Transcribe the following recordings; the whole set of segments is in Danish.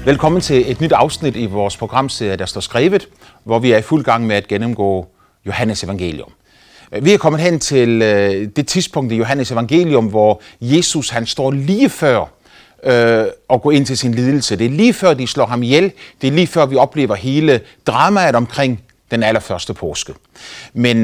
Velkommen til et nyt afsnit i vores programserie, der står skrevet, hvor vi er i fuld gang med at gennemgå Johannes evangelium. Vi er kommet hen til det tidspunkt i Johannes evangelium, hvor Jesus han står lige før at gå ind til sin lidelse. Det er lige før de slår ham ihjel. Det er lige før vi oplever hele dramaet omkring den allerførste påske. Men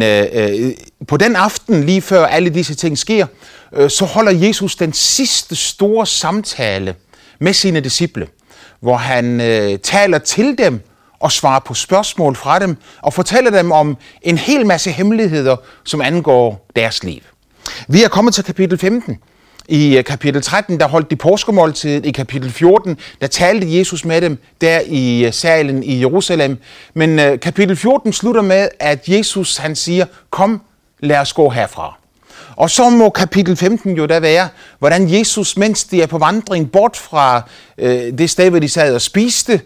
på den aften, lige før alle disse ting sker, så holder Jesus den sidste store samtale med sine disciple, hvor han taler til dem og svarer på spørgsmål fra dem og fortæller dem om en hel masse hemmeligheder, som angår deres liv. Vi er kommet til kapitel 15. I kapitel 13, der holdt de påskemåltidet. I kapitel 14, der talte Jesus med dem der i salen i Jerusalem. Men kapitel 14 slutter med, at Jesus han siger, kom, lad os gå herfra. Og så må kapitel 15 jo da være, hvordan Jesus, mens de er på vandring bort fra det sted, hvor de sad og spiste,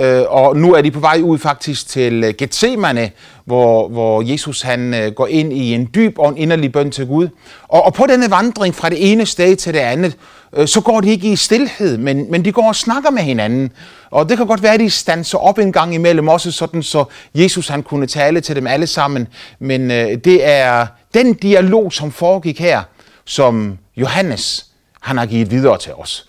og nu er de på vej ud faktisk til Getsemane, hvor Jesus han går ind i en dyb og en inderlig bøn til Gud. Og på denne vandring fra det ene sted til det andet, så går de ikke i stilhed, men de går og snakker med hinanden. Og det kan godt være, at de standser op en gang imellem, også sådan, så Jesus han kunne tale til dem alle sammen. Men det er den dialog, som foregik her, som Johannes han har givet videre til os.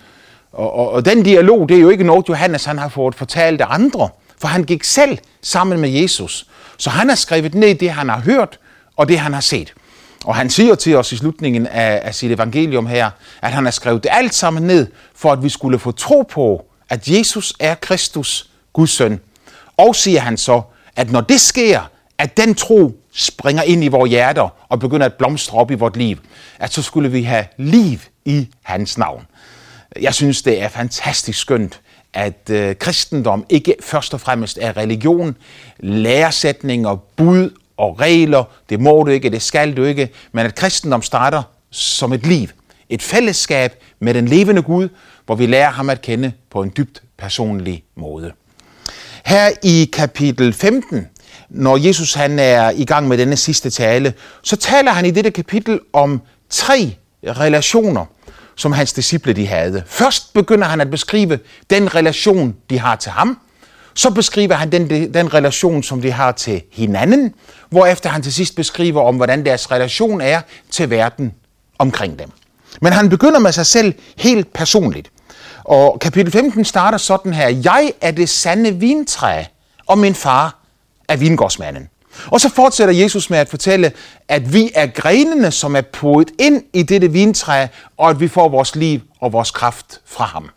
Og den dialog, det er jo ikke noget, Johannes han har fået fortalt af andre, for han gik selv sammen med Jesus. Så han har skrevet ned det, han har hørt, og det, han har set. Og han siger til os i slutningen af sit evangelium her, at han har skrevet det alt sammen ned, for at vi skulle få tro på, at Jesus er Kristus, Guds søn. Og siger han så, at når det sker, at den tro springer ind i vores hjerter og begynder at blomstre op i vort liv, at så skulle vi have liv i hans navn. Jeg synes, det er fantastisk skønt, at kristendom ikke først og fremmest er religion, læresætninger, bud og regler. Det må du ikke, det skal du ikke. Men at kristendom starter som et liv. Et fællesskab med den levende Gud, hvor vi lærer ham at kende på en dybt personlig måde. Her i kapitel 15, når Jesus han er i gang med denne sidste tale, så taler han i dette kapitel om 3 relationer, som hans disciple de havde. Først begynder han at beskrive den relation, de har til ham. Så beskriver han den relation, som de har til hinanden, hvorefter han til sidst beskriver om, hvordan deres relation er til verden omkring dem. Men han begynder med sig selv helt personligt. Og kapitel 15 starter sådan her. Jeg er det sande vintræ, og min far er vingårdsmanden. Og så fortsætter Jesus med at fortælle, at vi er grenene, som er podet ind i dette vintræ, og at vi får vores liv og vores kraft fra ham.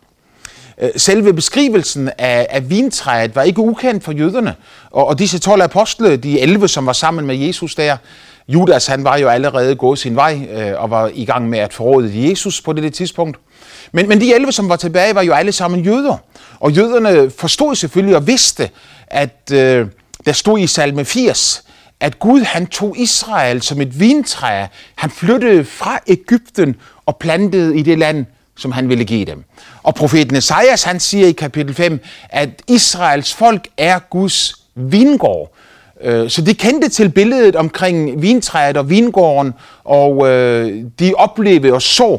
Selve beskrivelsen af vintræet var ikke ukendt for jøderne. Og disse 12 apostle, de 11, som var sammen med Jesus der, Judas han var jo allerede gået sin vej og var i gang med at forråde Jesus på det tidspunkt. Men de 11, som var tilbage, var jo alle sammen jøder. Og jøderne forstod selvfølgelig og vidste, at der stod i salme 80, at Gud han tog Israel som et vintræ. Han flyttede fra Egypten og plantede i det land, som han ville give dem. Og profeten Esajas han siger i kapitel 5, at Israels folk er Guds vingård. Så de kendte til billedet omkring vintræet og vingården, og de oplevede og så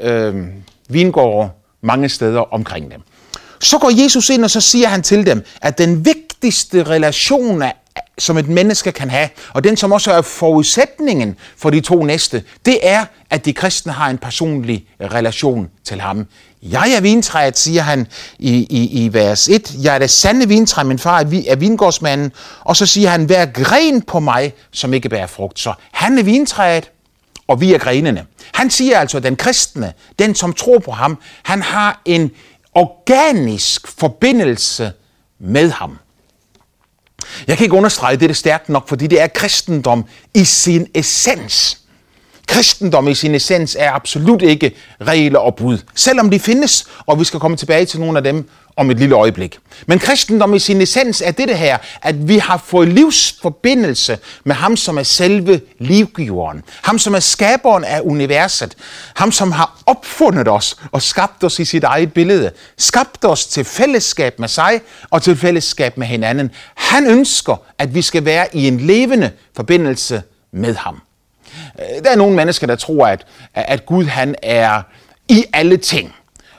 vingårde mange steder omkring dem. Så går Jesus ind, og så siger han til dem, at den vigtigste relation, som et menneske kan have, og den som også er forudsætningen for de 2 næste, det er, at de kristne har en personlig relation til ham. Jeg er vintræet, siger han i vers 1. Jeg er det sande vintræ, min far er vingårdsmanden. Og så siger han, vær gren på mig, som ikke bærer frugt. Så han er vintræet, og vi er grenene. Han siger altså, at den kristne, den som tror på ham, han har en organisk forbindelse med ham. Jeg kan ikke understrege det stærkt nok, fordi det er kristendom i sin essens. Kristendom i sin essens er absolut ikke regler og bud, selvom de findes, og vi skal komme tilbage til nogle af dem om et lille øjeblik. Men kristendom i sin essens er det her, at vi har fået livsforbindelse med ham, som er selve livgiveren. Ham, som er skaberen af universet. Ham, som har opfundet os og skabt os i sit eget billede. Skabt os til fællesskab med sig og til fællesskab med hinanden. Han ønsker, at vi skal være i en levende forbindelse med ham. Der er nogle mennesker, der tror, at Gud han er i alle ting.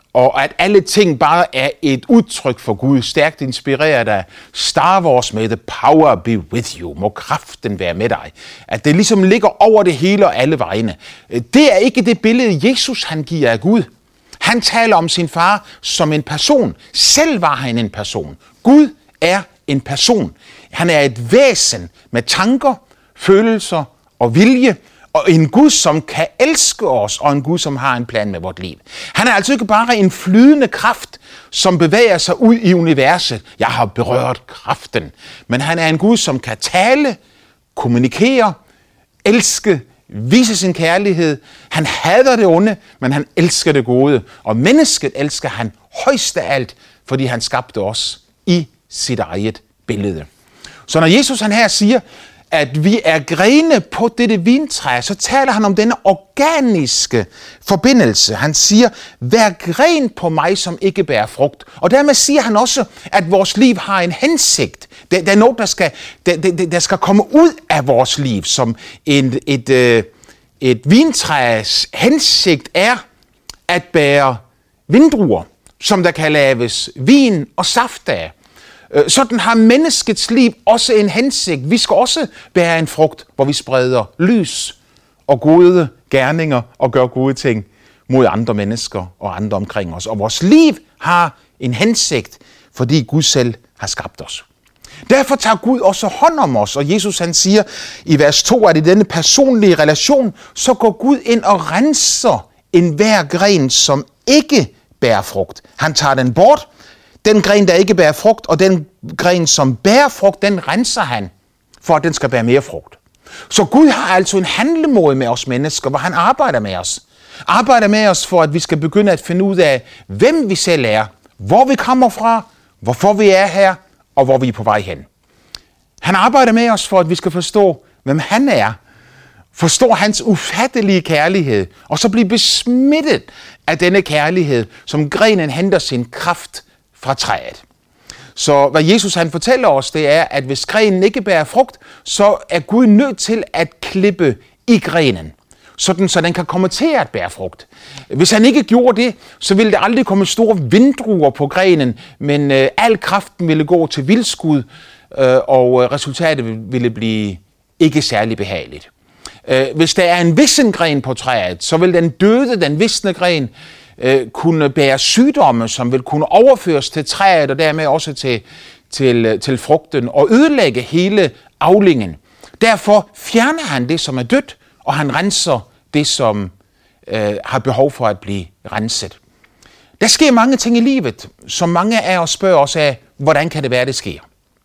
og at alle ting bare er et udtryk for Gud, stærkt inspireret af Star Wars med The Power Be With You, må kraften være med dig. At det ligesom ligger over det hele og alle vegne. Det er ikke det billede, Jesus han giver af Gud. Han taler om sin far som en person. Selv var han en person. Gud er en person. Han er et væsen med tanker, følelser og vilje, og en Gud, som kan elske os, og en Gud, som har en plan med vort liv. Han er altså ikke bare en flydende kraft, som bevæger sig ud i universet. Jeg har berørt kraften. Men han er en Gud, som kan tale, kommunikere, elske, vise sin kærlighed. Han hader det onde, men han elsker det gode. Og mennesket elsker han højst af alt, fordi han skabte os i sit eget billede. Så når Jesus han her siger, at vi er grene på dette vintræ, så taler han om denne organiske forbindelse. Han siger, vær gren på mig, som ikke bærer frugt. Og dermed siger han også, at vores liv har en hensigt. Der er noget, der skal komme ud af vores liv, som et vintræs hensigt er at bære vindruer, som der kan laves vin og saft af. Sådan har menneskets liv også en hensigt. Vi skal også bære en frugt, hvor vi spreder lys og gode gerninger og gør gode ting mod andre mennesker og andre omkring os. Og vores liv har en hensigt, fordi Gud selv har skabt os. Derfor tager Gud også hånd om os, og Jesus han siger i vers 2, at i denne personlige relation, så går Gud ind og renser enhver gren, som ikke bærer frugt. Han tager den bort. Den gren, der ikke bærer frugt, og den gren, som bærer frugt, den renser han, for at den skal bære mere frugt. Så Gud har altså en handlemåde med os mennesker, hvor han arbejder med os. Arbejder med os for, at vi skal begynde at finde ud af, hvem vi selv er, hvor vi kommer fra, hvorfor vi er her, og hvor vi er på vej hen. Han arbejder med os for, at vi skal forstå, hvem han er, forstå hans ufattelige kærlighed, og så blive besmittet af denne kærlighed, som grenen henter sin kraft fra træet. Så hvad Jesus han fortæller os, det er, at hvis grenen ikke bærer frugt, så er Gud nødt til at klippe i grenen, sådan så den kan komme til at bære frugt. Hvis han ikke gjorde det, så ville der aldrig komme store vindruer på grenen, men al kraften ville gå til vildskud, og resultatet ville blive ikke særlig behageligt. Hvis der er en vissen gren på træet, så vil den visne gren, kunne bære sygdomme, som vil kunne overføres til træet og dermed også til frugten og ødelægge hele avlingen. Derfor fjerner han det, som er dødt, og han renser det, som har behov for at blive renset. Der sker mange ting i livet, som mange af os spørger os af, hvordan kan det være, det sker?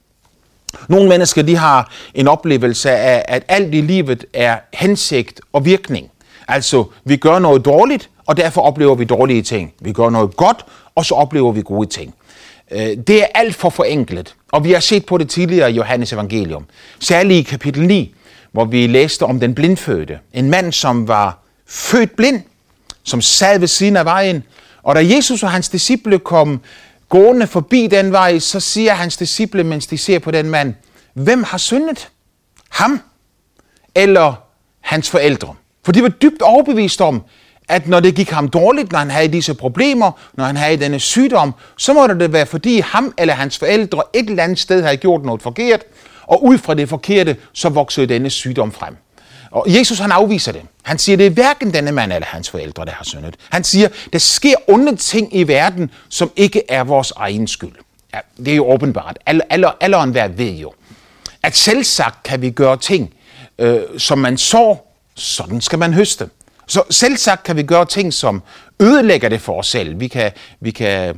Nogle mennesker de har en oplevelse af, at alt i livet er hensigt og virkning. Altså, vi gør noget dårligt, og derfor oplever vi dårlige ting. Vi gør noget godt, og så oplever vi gode ting. Det er alt for forenklet, og vi har set på det tidligere i Johannes evangelium. Særligt i kapitel 9, hvor vi læste om den blindfødte. En mand, som var født blind, som sad ved siden af vejen. Og da Jesus og hans disciple kom gående forbi den vej, så siger hans disciple, mens de ser på den mand, hvem har syndet? Ham eller hans forældre? For de var dybt overbevist om, at når det gik ham dårligt, når han havde disse problemer, når han havde denne sygdom, så måtte det være, fordi ham eller hans forældre et eller andet sted havde gjort noget forkert, og ud fra det forkerte, så voksede denne sygdom frem. Og Jesus han afviser det. Han siger, det er hverken denne mand eller hans forældre, der har syndet. Han siger, der sker onde ting i verden, som ikke er vores egen skyld. Ja, det er jo åbenbart. Alle og enhver ved jo, at selvsagt kan vi gøre ting, som man sår, sådan skal man høste. Så selvsagt kan vi gøre ting, som ødelægger det for os selv. Vi kan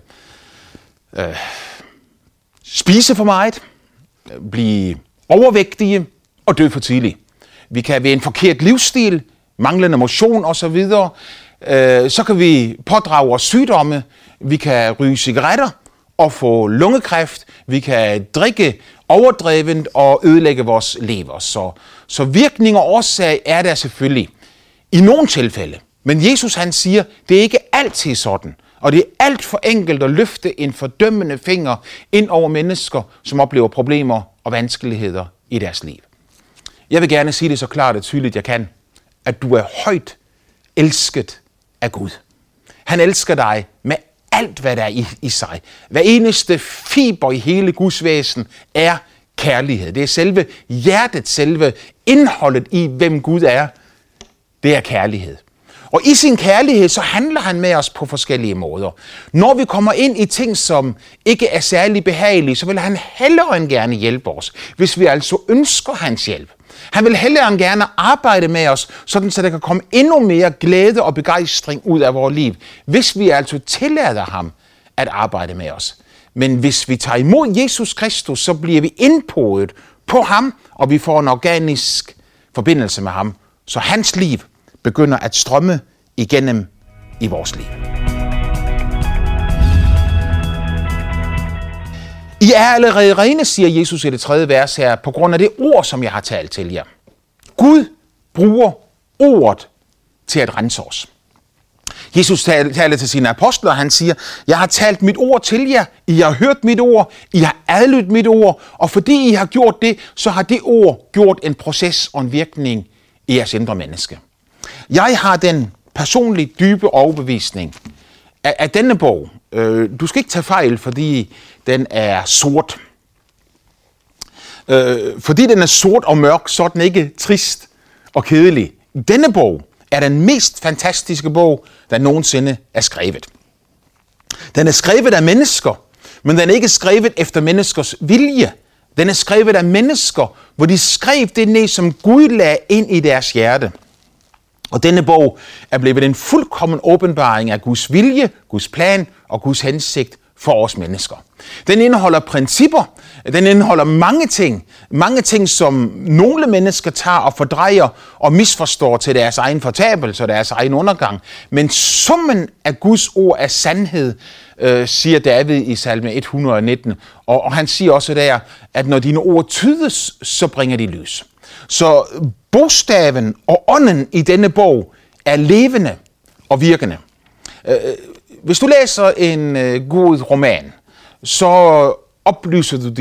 spise for meget, blive overvægtige og dø for tidligt. Vi kan ved en forkert livsstil, manglende motion osv., så kan vi pådrage os sygdomme. Vi kan ryge cigaretter og få lungekræft. Vi kan drikke overdrevent og ødelægge vores lever. Så virkning og årsag er der selvfølgelig i nogle tilfælde. Men Jesus han siger, det er ikke altid sådan. Og det er alt for enkelt at løfte en fordømmende finger ind over mennesker, som oplever problemer og vanskeligheder i deres liv. Jeg vil gerne sige det så klart og tydeligt jeg kan, at du er højt elsket af Gud. Han elsker dig med alt, hvad der er i sig. Hver eneste fiber i hele Guds væsen er kærlighed. Det er selve hjertet, selve indholdet i, hvem Gud er. Det er kærlighed. Og i sin kærlighed, så handler han med os på forskellige måder. Når vi kommer ind i ting, som ikke er særlig behagelige, så vil han hellere end gerne hjælpe os, hvis vi altså ønsker hans hjælp. Han vil hellere end gerne arbejde med os, sådan så der kan komme endnu mere glæde og begejstring ud af vores liv, hvis vi altså tillader ham at arbejde med os. Men hvis vi tager imod Jesus Kristus, så bliver vi indpodet på ham, og vi får en organisk forbindelse med ham, så hans liv begynder at strømme igennem i vores liv. I er allerede rene, siger Jesus i det 3. vers her, på grund af det ord, som jeg har talt til jer. Gud bruger ordet til at rense os. Jesus taler til sine apostler, og han siger, jeg har talt mit ord til jer, I har hørt mit ord, I har adlydt mit ord, og fordi I har gjort det, så har det ord gjort en proces og en virkning i jeres indre menneske. Jeg har den personligt dybe overbevisning af denne bog. Du skal ikke tage fejl, fordi den er sort. Fordi den er sort og mørk, så er den ikke trist og kedelig. Denne bog er den mest fantastiske bog, der nogensinde er skrevet. Den er skrevet af mennesker, men den er ikke skrevet efter menneskers vilje. Den er skrevet af mennesker, hvor de skrev det ned, som Gud lagde ind i deres hjerte. Og denne bog er blevet en fuldkommen åbenbaring af Guds vilje, Guds plan og Guds hensigt for os mennesker. Den indeholder principper, den indeholder mange ting, som nogle mennesker tager og fordrejer og misforstår til deres egen fortabelse og deres egen undergang. Men summen af Guds ord er sandhed, siger David i salme 119. Og han siger også der, at når dine ord tydes, så bringer de lys. Så bogstaven og ånden i denne bog er levende og Hvis du læser en god roman, så oplyser du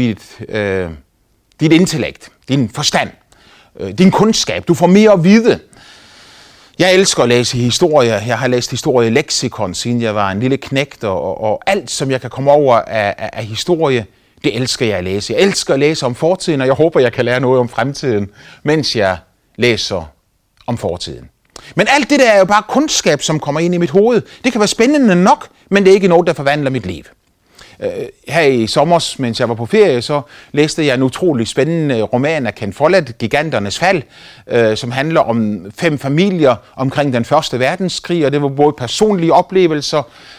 dit intellekt, din forstand, din kundskab. Du får mere at vide. Jeg elsker at læse historie. Jeg har læst historie i leksikon, siden jeg var en lille knægt, og alt, som jeg kan komme over af historie, det elsker jeg at læse. Jeg elsker at læse om fortiden, og jeg håber, jeg kan lære noget om fremtiden, mens jeg læser om fortiden. Men alt det der er jo bare kundskab, som kommer ind i mit hoved. Det kan være spændende nok, men det er ikke noget, der forvandler mit liv. Her i sommer, mens jeg var på ferie, så læste jeg en utrolig spændende roman af Ken Follett, Giganternes fald, som handler om 5 familier omkring den første verdenskrig, og det var både personlige oplevelser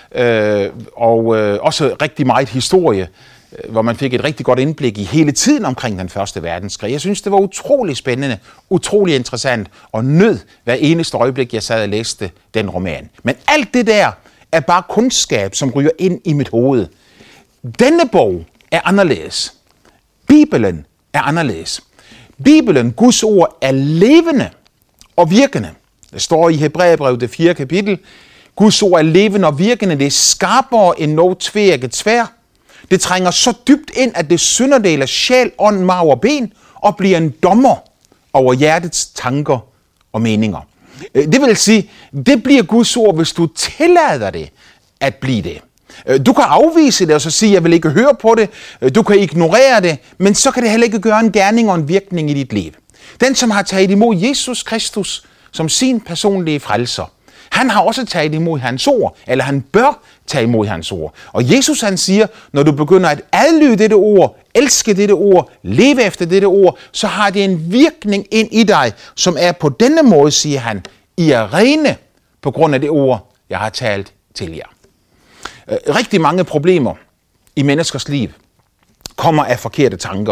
og også rigtig meget historie, hvor man fik et rigtig godt indblik i hele tiden omkring den første verdenskrig. Jeg synes, det var utrolig spændende, utrolig interessant, og nød hver eneste øjeblik, jeg sad og læste den roman. Men alt det der er bare kundskab, som ryger ind i mit hoved. Denne bog er anderledes. Bibelen er anderledes. Bibelen, Guds ord, er levende og virkende. Det står i Hebræerbrevet, det 4. kapitel. Guds ord er levende og virkende. Det er skarpere end noget tveægget sværd. Det trænger så dybt ind, at det sønderdeler sjæl, ånd, marv og ben, og bliver en dommer over hjertets tanker og meninger. Det vil sige, det bliver Guds ord, hvis du tillader det at blive det. Du kan afvise det og så sige, jeg vil ikke høre på det. Du kan ignorere det, men så kan det heller ikke gøre en gerning og en virkning i dit liv. Den, som har taget imod Jesus Kristus som sin personlige frelser, han har også taget imod hans ord, eller han bør tage imod hans ord. Og Jesus han siger, når du begynder at adlyde dette ord, elske dette ord, leve efter dette ord, så har det en virkning ind i dig, som er på denne måde, siger han, I er rene på grund af det ord, jeg har talt til jer. Rigtig mange problemer i menneskers liv kommer af forkerte tanker.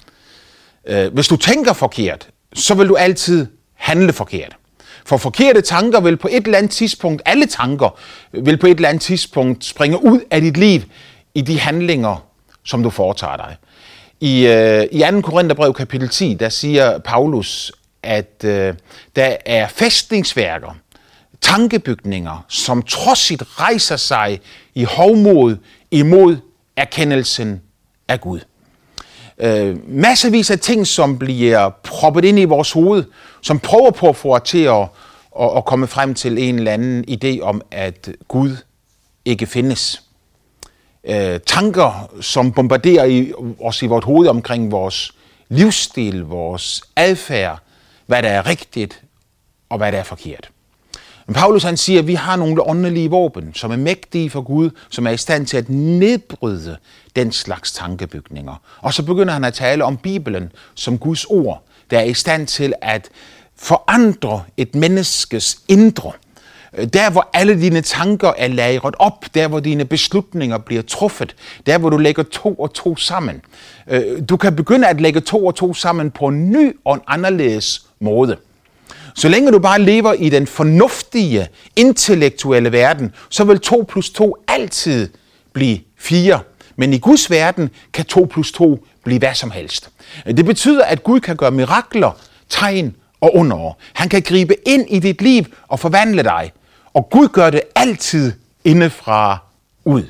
Hvis du tænker forkert, så vil du altid handle forkert. For forkerte tanker vil på et eller andet tidspunkt, alle tanker vil på et eller andet tidspunkt springe ud af dit liv i de handlinger, som du foretager dig. I 2. Korintherbrev kapitel 10, der siger Paulus, at der er fæstningsværker, tankebygninger, som trodsigt rejser sig i hovmod imod erkendelsen af Gud. Massevis af ting, som bliver proppet ind i vores hoved, som prøver på at få os til at komme frem til en eller anden idé om, at Gud ikke findes. tanker, som bombarderer os i vores hoved omkring vores livsstil, vores adfærd, hvad der er rigtigt og hvad der er forkert. Men Paulus han siger, at vi har nogle åndelige våben, som er mægtige for Gud, som er i stand til at nedbryde den slags tankebygninger. Og så begynder han at tale om Bibelen som Guds ord, der er i stand til at forandre et menneskes indre. Der, hvor alle dine tanker er lagret op, der, hvor dine beslutninger bliver truffet, der, hvor du lægger 2 og 2 sammen. Du kan begynde at lægge 2 og 2 sammen på en ny og en anderledes måde. Så længe du bare lever i den fornuftige, intellektuelle verden, så vil 2 plus 2 altid blive 4. Men i Guds verden kan 2 plus 2 blive hvad som helst. Det betyder, at Gud kan gøre mirakler, tegn og under. Han kan gribe ind i dit liv og forvandle dig. Og Gud gør det altid indefra ud.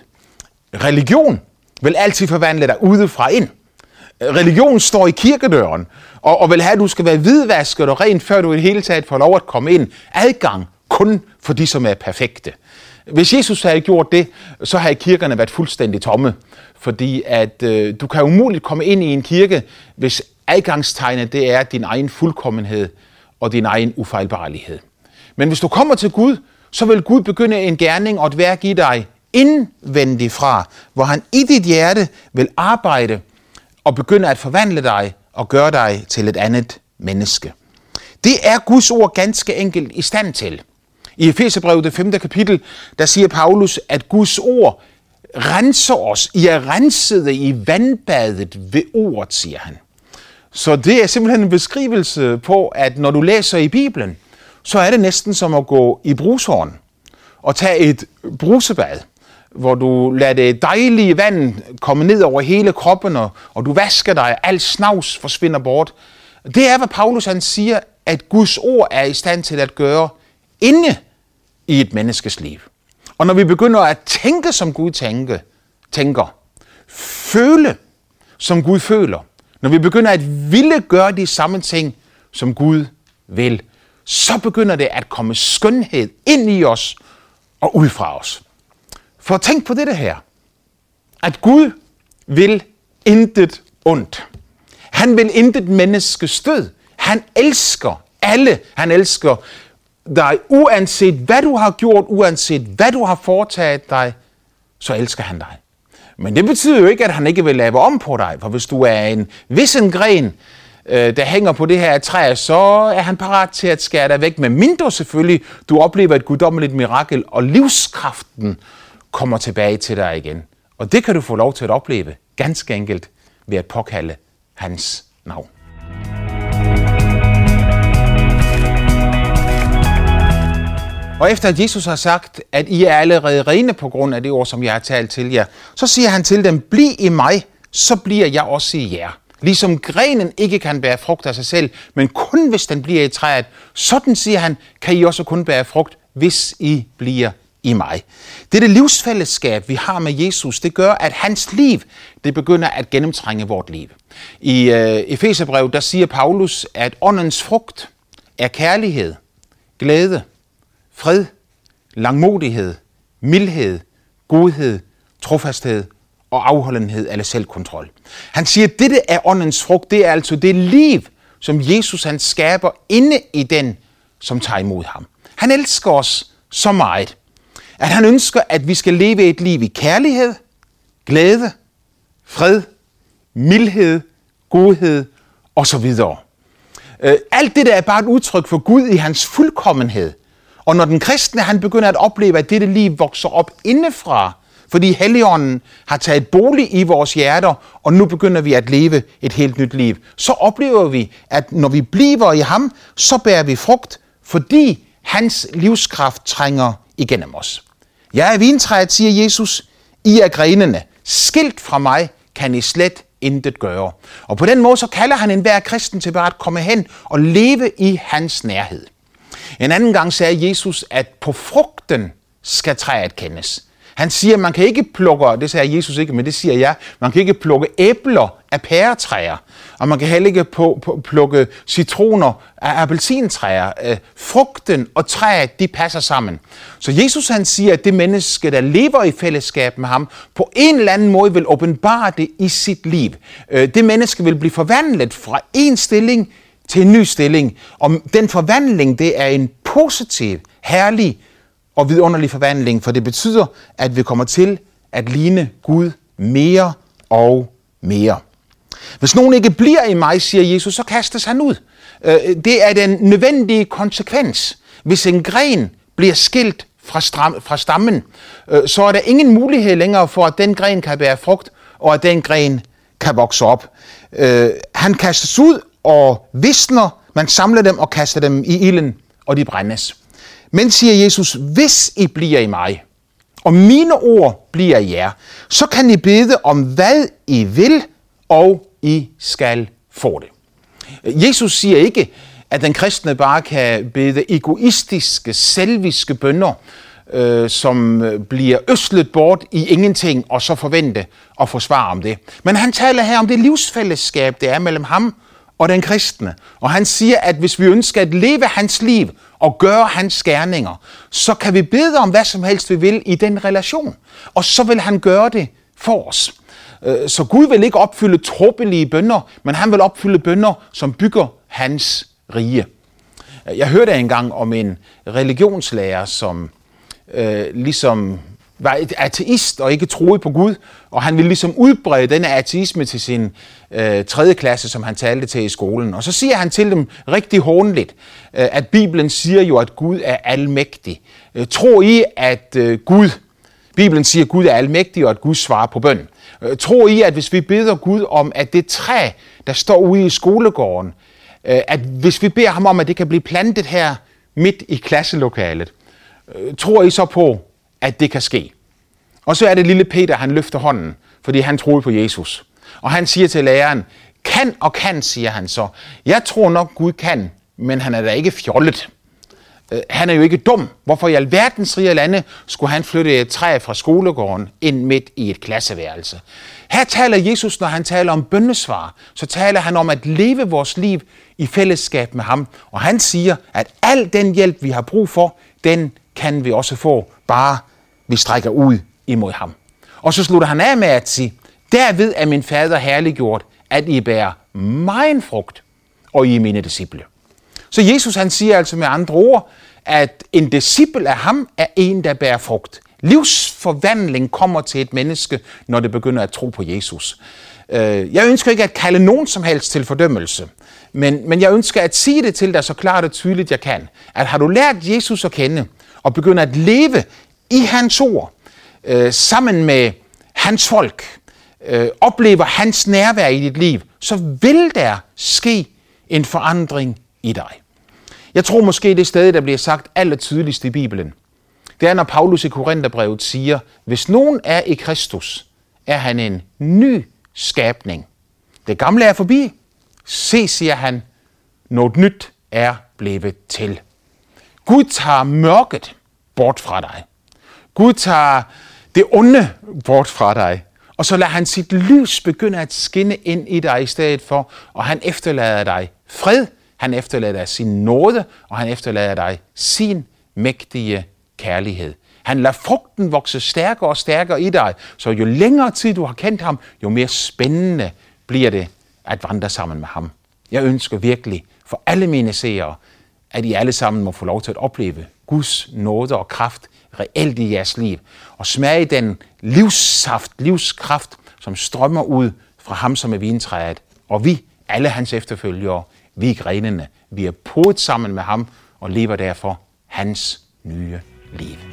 Religion vil altid forvandle dig udefra ind. Religion står i kirkedøren og vil have, at du skal være hvidvasket og ren, før du i det hele taget får lov at komme ind. Adgang kun for de, som er perfekte. Hvis Jesus havde gjort det, så havde kirkerne været fuldstændig tomme. Fordi at du kan umuligt komme ind i en kirke, hvis adgangstegnet det er din egen fuldkommenhed og din egen ufejlbarlighed. Men hvis du kommer til Gud, så vil Gud begynde en gerning og et værk i dig indvendigt fra, hvor han i dit hjerte vil arbejde og begynde at forvandle dig og gøre dig til et andet menneske. Det er Guds ord ganske enkelt i stand til. I Efeserbrevet, det 5. kapitel, der siger Paulus, at Guds ord renser os. I er rensede i vandbadet ved ordet, siger han. Så det er simpelthen en beskrivelse på, at når du læser i Bibelen, så er det næsten som at gå i bruseren og tage et brusebad, hvor du lader det dejlige vand komme ned over hele kroppen, og du vasker dig, og alt snavs forsvinder bort. Det er, hvad Paulus han siger, at Guds ord er i stand til at gøre inde i et menneskes liv. Og når vi begynder at tænke, som Gud tænker, føle, som Gud føler, når vi begynder at ville gøre de samme ting, som Gud vil, så begynder det at komme skønhed ind i os og ud fra os. For tænk på det her, at Gud vil intet ondt. Han vil intet menneskes død. Han elsker alle. Han elsker dig, uanset hvad du har gjort, uanset hvad du har foretaget dig, så elsker han dig. Men det betyder jo ikke, at han ikke vil lave om på dig, for hvis du er en vissen gren, der hænger på det her træ, så er han parat til at skære dig væk, med mindre selvfølgelig du oplever et guddommeligt mirakel, og livskraften kommer tilbage til dig igen. Og det kan du få lov til at opleve, ganske enkelt ved at påkalde hans navn. Og efter at Jesus har sagt, at I er allerede rene på grund af det ord, som jeg har talt til jer, så siger han til dem, bliv i mig, så bliver jeg også i jer. Ligesom grenen ikke kan bære frugt af sig selv, men kun hvis den bliver i træet, sådan, siger han, kan I også kun bære frugt, hvis I bliver i mig. Dette livsfællesskab, vi har med Jesus, det gør, at hans liv, det begynder at gennemtrænge vort liv. I Efeserbrevet, der siger Paulus, at åndens frugt er kærlighed, glæde, fred, langmodighed, mildhed, godhed, trofasthed og afholdenhed eller selvkontrol. Han siger, at dette er åndens frugt, det er altså det liv, som Jesus han skaber inde i den, som tager imod ham. Han elsker os så meget, at han ønsker, at vi skal leve et liv i kærlighed, glæde, fred, mildhed, godhed osv. Alt det der er bare et udtryk for Gud i hans fuldkommenhed. Og når den kristne han begynder at opleve, at dette liv vokser op indefra, fordi Helligånden har taget bolig i vores hjerter, og nu begynder vi at leve et helt nyt liv, så oplever vi, at når vi bliver i ham, så bærer vi frugt, fordi hans livskraft trænger igennem os. Jeg er vintræet, siger Jesus, I er grenene. Skilt fra mig kan I slet intet gøre. Og på den måde så kalder han enhver kristen til bare at komme hen og leve i hans nærhed. En anden gang sagde Jesus, at på frugten skal træet kendes. Han siger, at man kan ikke plukke, det sagde Jesus ikke, men det siger jeg, man kan ikke plukke æbler af pæretræer. og man kan heller ikke plukke citroner af appelsintræer. Frugten og træet, de passer sammen. Så Jesus han siger, at det menneske, der lever i fællesskab med ham, på en eller anden måde vil åbenbare det i sit liv. Det menneske vil blive forvandlet fra en stilling til en ny stilling. Og den forvandling, det er en positiv, herlig og vidunderlig forvandling, for det betyder, at vi kommer til at ligne Gud mere og mere. Hvis nogen ikke bliver i mig, siger Jesus, så kastes han ud. Det er den nødvendige konsekvens. Hvis en gren bliver skilt fra stammen, så er der ingen mulighed længere for, at den gren kan bære frugt, og at den gren kan vokse op. Han kastes ud og visner, man samler dem og kaster dem i ilden, og de brændes. Men siger Jesus, hvis I bliver i mig, og mine ord bliver i jer, så kan I bede om hvad I vil, og I skal få det. Jesus siger ikke, at den kristne bare kan bede egoistiske, selviske bønner, som bliver ødslet bort i ingenting, og så forvente at få svar om det. Men han taler her om det livsfællesskab, det er mellem ham og den kristne. Og han siger, at hvis vi ønsker at leve hans liv og gøre hans gerninger, så kan vi bede om hvad som helst vi vil i den relation. Og så vil han gøre det for os. Så Gud vil ikke opfylde tåbelige bønner, men han vil opfylde bønner, som bygger hans rige. Jeg hørte engang om en religionslærer, som ligesom var et ateist og ikke troede på Gud, og han ville ligesom udbrede denne ateisme til sin 3. klasse, som han talte til i skolen. Og så siger han til dem rigtig hånligt, at Bibelen siger jo, at Gud er almægtig. Tror I, at Bibelen siger, at Gud er almægtig, og at Gud svarer på bøn? Tror I, at hvis vi beder Gud om, at det træ, der står ude i skolegården, at hvis vi beder ham om, at det kan blive plantet her midt i klasselokalet, tror I så på, at det kan ske? Og så er det lille Peter, han løfter hånden, fordi han troede på Jesus. Og han siger til læreren, kan, siger han så. Jeg tror nok, Gud kan, men han er da ikke fjollet. Han er jo ikke dum. Hvorfor i alverdens rige lande skulle han flytte et træ fra skolegården ind midt i et klasseværelse? Her taler Jesus, når han taler om bønnesvar, så taler han om at leve vores liv i fællesskab med ham. Og han siger, at al den hjælp, vi har brug for, den kan vi også få, bare vi strækker ud imod ham. Og så slutter han af med at sige, derved er min fader herliggjort, at I bærer megen frugt, og I er mine disciple. Så Jesus han siger altså med andre ord, at en disciple af ham er en, der bærer frugt. Livsforvandling kommer til et menneske, når det begynder at tro på Jesus. Jeg ønsker ikke at kalde nogen som helst til fordømmelse, men jeg ønsker at sige det til dig så klart og tydeligt jeg kan. At har du lært Jesus at kende, og begynder at leve i hans ord, sammen med hans folk, oplever hans nærvær i dit liv, så vil der ske en forandring i dig. Jeg tror måske det sted, der bliver sagt allertydeligst i Bibelen, det er, når Paulus i Korintherbrevet siger, hvis nogen er i Kristus, er han en ny skabning. Det gamle er forbi. Se, siger han, noget nyt er blevet til. Gud tager mørket bort fra dig. Gud tager det onde bort fra dig. Og så lader han sit lys begynde at skinne ind i dig i stedet for, og han efterlader dig fred, han efterlader dig sin nåde, og han efterlader dig sin mægtige kærlighed. Han lader frugten vokse stærkere og stærkere i dig, så jo længere tid du har kendt ham, jo mere spændende bliver det at vandre sammen med ham. Jeg ønsker virkelig for alle mine seere, at I alle sammen må få lov til at opleve Guds nåde og kraft reelt i jeres liv, og smage den livssaft, livskraft, som strømmer ud fra ham, som er vintræet. Og vi, alle hans efterfølgere, vi er grenene. Vi er podet sammen med ham og lever derfor hans nye liv.